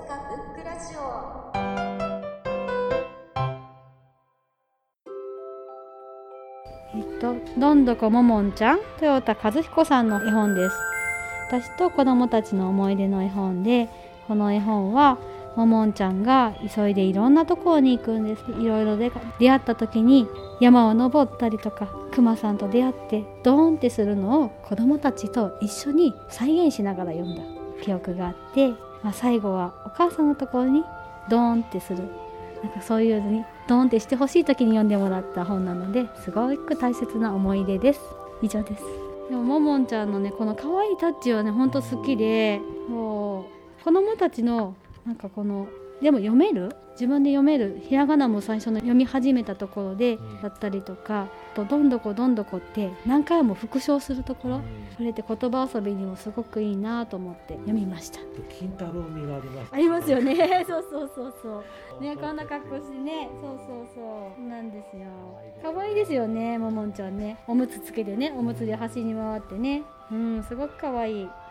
塚ブックラジオ。 どんどこももんちゃん、豊田和彦さんの絵本です。私と子供たちの思い出の絵本で、この絵本はももんちゃんが急いでいろんなところに行くんです。いろいろで出会った時に山を登ったりとか、クマさんと出会ってドーンってするのを子供たちと一緒に再現しながら読んだ記憶があって、最後はお母さんのところにドーンってする、そういうのにドーンってしてほしい時に読んでもらった本なので、すごく大切な思い出です。以上です。でもももんちゃんのね、この可愛いタッチはね、ほんと好きで、もう子供たちのでも読める、自分で読めるひらがなも最初の読み始めたところで、だったりとか、どんどこどんどこって何回も復唱するところ、それって言葉遊びにもすごくいいなと思って読みました。 金太郎味があります、 ありますよね。そうね、こんな格好してね、そうなんですよ。可愛いですよね、ももんちゃんね。おむつつけてね、おむつで走り回ってね、すごく可愛い。